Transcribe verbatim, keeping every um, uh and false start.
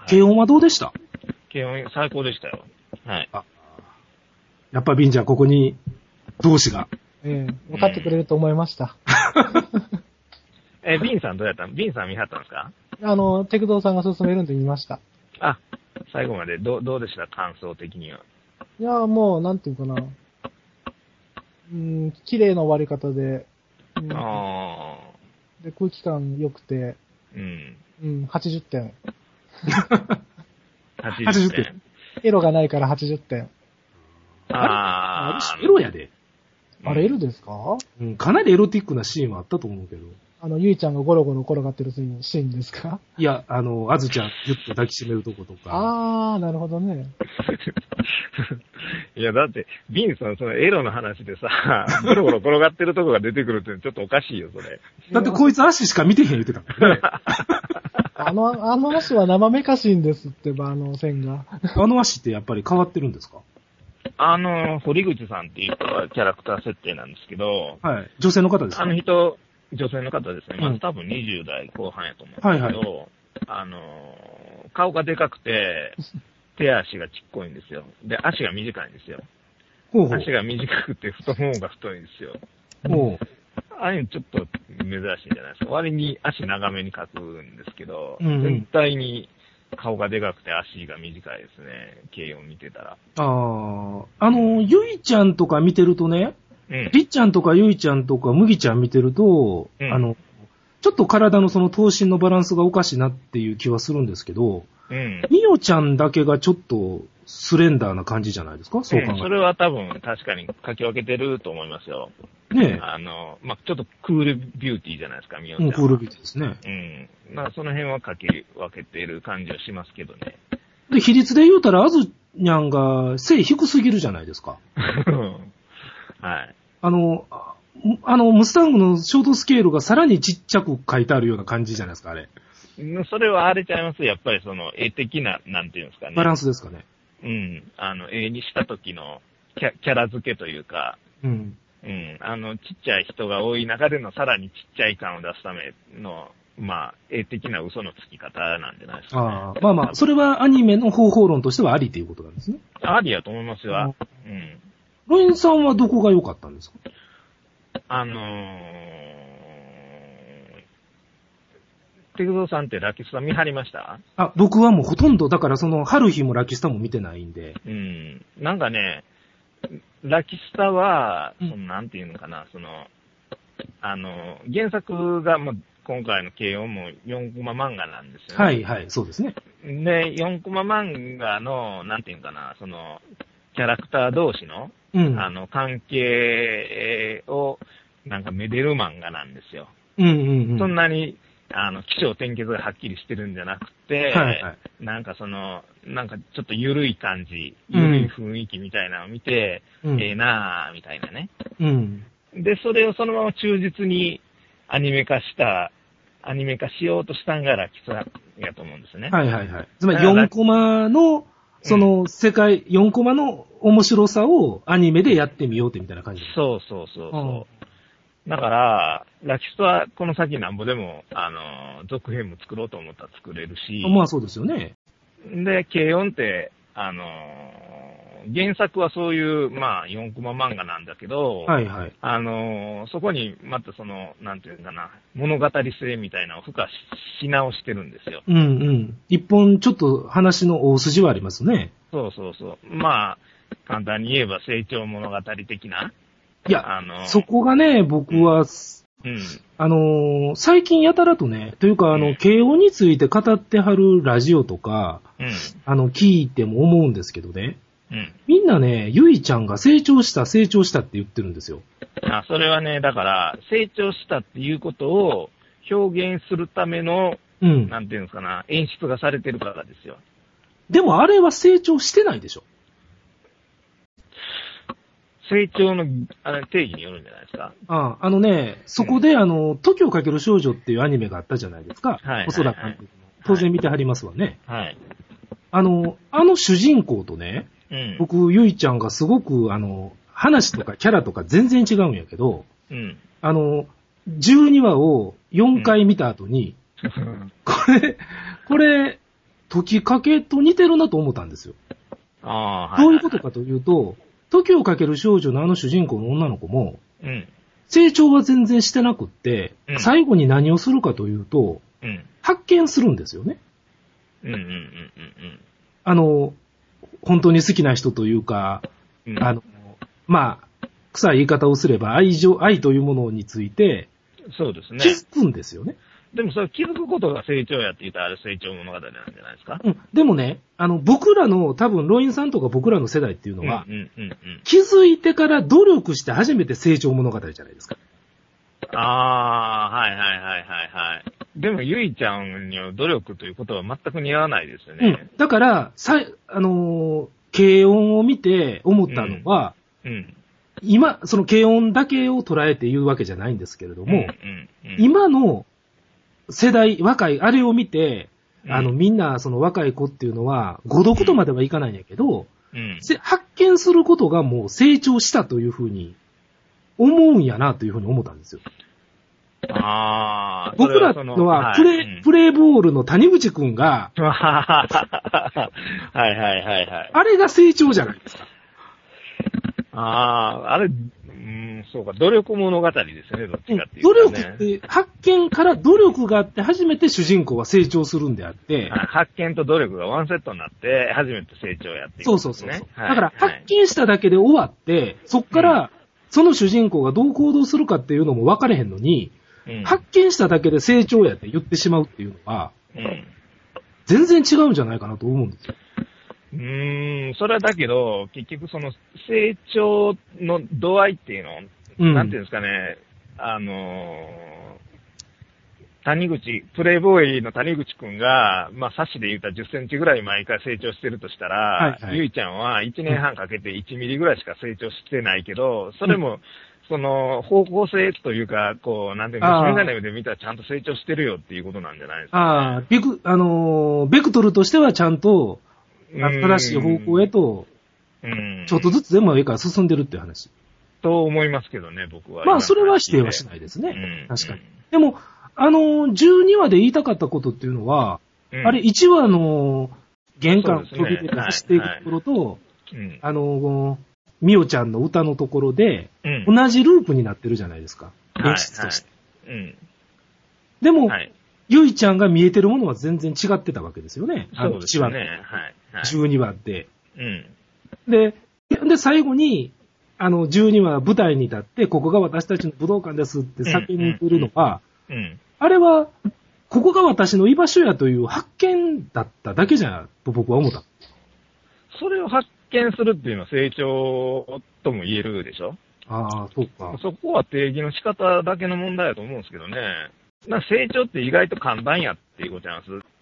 軽音はどうでした？ 軽音最高でしたよ。はい。あ、 やっぱビンちゃんここに同志が。 ええ、分かってくれると思いました。 え、ビンさんどうやったの？ビンさん見張ったんですか？ あの、テクドーさんが勧めるんで見ました。 あ、最後までど、どうでした感想的には。 いや、もう、なんていうかな。うん、綺麗な終わり方で。うん、ああ。で、空気感良くて。うん。うん、はちじゅってん。 はちじゅってん。 エロがないからはちじゅってん。 ああ、あれエロやで。 あれエロですか？ うん、かなりエロティックなシーンはあったと思うけど。 あの、ゆいちゃんがゴロゴロ転がってるシーンですか？ いや、あの、あずちゃんギュッと抱きしめるとことか。 あー、なるほどね。 いや、だって、ビンさん、そのエロの話でさ、ゴロゴロ転がってるとこが出てくるってちょっとおかしいよ、それ。 だってこいつ足しか見てへん言ってたからね。 あの、あの足は生めかしいんですって、あの線が。 あの足ってやっぱり変わってるんですか？ あの、堀口さんっていう人はキャラクター設定なんですけど、 はい。女性の方ですか？ あの人、女性の方ですね。まず多分にじゅう代後半やと思うんですけど、はいはい、あの、顔がでかくて、手足がちっこいんですよ。で、足が短いんですよ。ほうほう、足が短くて太ももが太いんですよ。ほう。ああいうのちょっと珍しいんじゃないですか。割に足長めに描くんですけど、うんうん、全体に顔がでかくて足が短いですね。軽音見てたら。 ああ、あの、ゆいちゃんとか見てるとね、うん、りっちゃんとかゆいちゃんとかむぎちゃん見てると、うん、あの、ちょっと体のその頭身のバランスがおかしいなっていう気はするんですけど、うん、みおちゃんだけがちょっとスレンダーな感じじゃないですか？そう考えると、うん、 それは多分確かに書き分けてると思いますよ。ねえ。あの、まあ、ちょっとクールビューティーじゃないですか、みおちゃんは。 うん、クールビューティーですね。 うん。まあ、その辺は書き分けてる感じはしますけどね。 で、比率で言うたら、あずにゃんが背低すぎるじゃないですか。はい。あの、あの、ムスタングのショートスケールがさらにちっちゃく書いてあるような感じじゃないですか、あれ。 それはあれちゃいます。やっぱりその、絵的な、なんていうんですかね。 バランスですかね。 うん。あの、絵にした時のキャ、キャラ付けというか、うん。うん。あの、ちっちゃい人が多い中でのさらにちっちゃい感を出すための、まあ、絵的な嘘のつき方なんじゃないですかね。 ああ、まあまあ、それはアニメの方法論としてはありということなんですね。 ありやと思いますよ。うん。 ロインさんはどこが良かったんですか？ あのー、テクゾーさんってラキスタ見張りました？ あ、僕はもうほとんど、だからその、春日もラキスタも見てないんで。 うん。なんかね、ラキスタは、そのなんていうのかな、その、あの、原作がもう今回の軽音もよんコマ漫画なんですよね。 はいはい、そうですね。 で、よんコマ漫画の、なんていうのかな、その、キャラクター同士の、うん、あの、関係を、なんかめでる漫画なんですよ。うんうんうん。そんなに、あの、起承転結がはっきりしてるんじゃなくて、はいはい、なんかその、なんかちょっと緩い感じ、緩い雰囲気みたいなのを見て、うん、ええなぁ、みたいなね。うん。で、それをそのまま忠実にアニメ化した、アニメ化しようとしたんがラキスタやと思うんですね。 はいはいはい。つまりよんコマの、その世界、うん、よんコマの面白さをアニメでやってみようってみたいな感じ。 そうそうそうそう。だから、ラキスタはこの先なんぼでも、あの、続編も作ろうと思ったら作れるし。 まあそうですよね。 で、軽音って、あの、原作はそういう、まあ、よんコマ漫画なんだけど、はいはい。あの、そこにまたその、なんていうかな、物語性みたいなのを付加し直してるんですよ。 うんうん。一本ちょっと話の大筋はありますね。 そうそうそう。まあ、簡単に言えば成長物語的な。 いや、あの、そこがね、僕は、うん。あの、最近やたらとね、というか、あの、軽音について語ってはるラジオとか、うん。あの、聞いても思うんですけどね。うん。みんなね、ゆいちゃんが成長した、成長したって言ってるんですよ。 あ、それはね、だから、成長したっていうことを表現するための、うん。なんていうんですかな、演出がされてるからですよ。 でもあれは成長してないでしょ。 成長のあれ定義によるんじゃないですか。 ああ、あのね、そこで、うん、あの、時をかける少女っていうアニメがあったじゃないですか。はい。おそらく、はい、当然見てはりますわね。はい。あの、あの主人公とね、うん、僕、ゆいちゃんがすごく、あの、話とかキャラとか全然違うんやけど、うん。あの、じゅうにわをよんかい見た後に、うん、これ、これ、 時かけと似てるなと思ったんですよ。 ああ、 どういうことかというと、時をかける少女のあの主人公の女の子も、 うん、 成長は全然してなくって、うん、最後に何をするかというと、うん、発見するんですよね。 うんうんうんうん、 あの、本当に好きな人というか、うん、あの、まあ、臭い言い方をすれば愛情、愛というものについて、 そうですね。 気づくんですよね。 でもそれ気づくことが成長やって言ったら成長物語なんじゃないですか？ うん。でもね、あの、僕らの、多分、ロインさんとか僕らの世代っていうのは、 うんうんうんうん、 気づいてから努力して初めて成長物語じゃないですか。 ああ、はいはいはいはいはい。でも、ゆいちゃんには努力ということは全く似合わないですよね。 うん。だから、さ、あのー、軽音を見て思ったのは、 うん。うん、 今、その軽音だけを捉えて言うわけじゃないんですけれども、 うんうんうん、 今の世代、若い、あれを見て、うん、あの、みんな、その若い子っていうのは、誤読とまではいかないんやけど、うん、発見することがもう成長したというふうに思うんやなというふうに思ったんですよ。 ああ。 僕らのは、プレ、はいうん、プレイボールの谷口くんが、 はいはいはいはい。 あれが成長じゃないですか。 ああ、あれ、うん、そうか、努力物語ですね、どっちかっていうと、ね。努力って、発見から努力があって初めて主人公は成長するんであって。 発見と努力がワンセットになって初めて成長やっていく、ね。 そうそうそう。はい、だから、発見しただけで終わって、はい、そっから、その主人公がどう行動するかっていうのも分かれへんのに、うん、発見しただけで成長やって言ってしまうっていうのは、うん、全然違うんじゃないかなと思うんですよ。 うーん、それはだけど、結局その成長の度合いっていうの、うん、なんていうんですかね、あのー、谷口、プレイボーイの谷口くんが、まあ、サッシで言うたらじゅっセンチぐらい毎回成長してるとしたら、はいはい、ゆいちゃんはいちねんはんかけていちミリぐらいしか成長してないけど、それも、うんその、方向性というか、こう、なんていうか、メガネで見たらちゃんと成長してるよっていうことなんじゃないですか、ね。 ああ、ベク、あのー、ベクトルとしてはちゃんと、正しい方向へと、ちょっとずつでもいいから進んでるっていう話。 と思いますけどね、僕は。 まあ、それは否定はしないですね。うん、確かに。でも、あのー、じゅうにわで言いたかったことっていうのは、うん、あれいちわの玄関を飛び出て走っていくところと、はいはい、あのー、みおちゃんの歌のところで、うん、同じループになってるじゃないですか。演出として。はいはいうん、でも、はい、ゆいちゃんが見えてるものは全然違ってたわけですよね。あのいちわのじゅうにわで、うん。で、で、最後に、あの、じゅうにわ舞台に立って、ここが私たちの武道館ですって叫んでるのは、うんうんうん、あれは、ここが私の居場所やという発見だっただけじゃ、と僕は思った。 それを発見するっていうのは成長とも言えるでしょ？ ああ、そうか。 そこは定義の仕方だけの問題だと思うんですけどね。なんか成長って意外と簡単やっていうことなんです。